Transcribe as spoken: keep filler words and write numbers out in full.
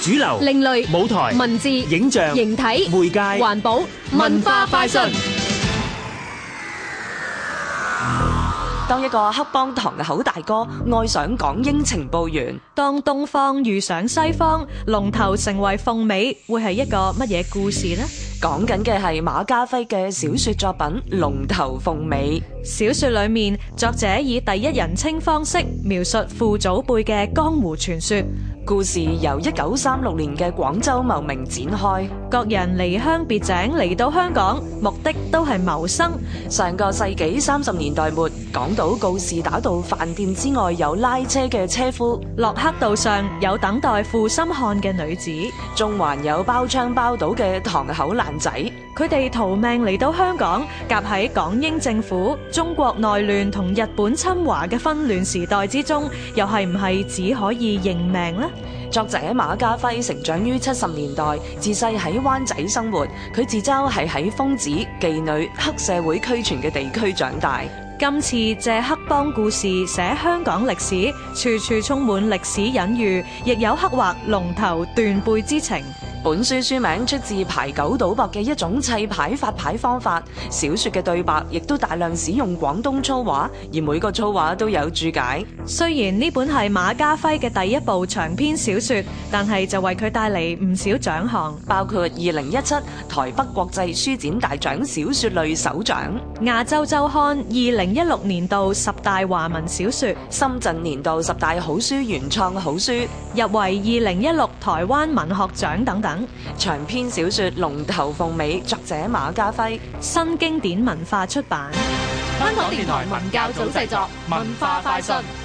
主流、 另類舞台、 文字、 影像、 形體、 媒介、 環保、文化快訊。 當一個黑幫堂口大哥愛上港英情報員， 當東方遇上西方，龍頭成為鳳尾，會係一個乜嘢故事呢？ 講緊嘅係馬家輝嘅小說作品《龍頭鳳尾》。 小說裏面，作者以第一人稱方式描述父祖輩嘅江湖傳說。 故事由一九三六年嘅廣州茂名展開， 各人離鄉別井嚟到香港，目的都係謀生。 上個世紀三十年代末，港島告士打道飯店之外有拉車嘅車夫， 洛克道上有等待負心漢嘅女子， 中環有包槍包賭嘅堂口爛仔。 佢哋逃命嚟到香港，夾喺港英政府、中國內亂同日本侵華嘅紛亂時代之中，又係唔係只可以認命呢？ 作者馬家輝成長於七十年代，自細喺灣仔生活。佢自嘲係喺瘋子、妓女、黑社會俱全嘅地區長大。 今次借黑幫故事寫香港歷史，處處充滿歷史隱喻，亦有刻畫龍頭斷背之情。 本書書名出自牌九賭博嘅一種砌牌發牌方法。小說嘅對白亦都大量使用廣東粗話，而每個粗話都有注解。 雖然呢本係馬家輝嘅第一部長篇小說，但係就為佢帶嚟唔少獎項， 包括二零一七台北國際書展大獎小說類首獎、 亞洲週刊二零一六年度十大華文小說、 深圳年度十大好書原創好書、 入圍二零一六台灣文學獎等等。 長篇小說《龍頭鳳尾》，作者馬家輝， 新經典文化出版。 香港電台文教組製作，文化快訊。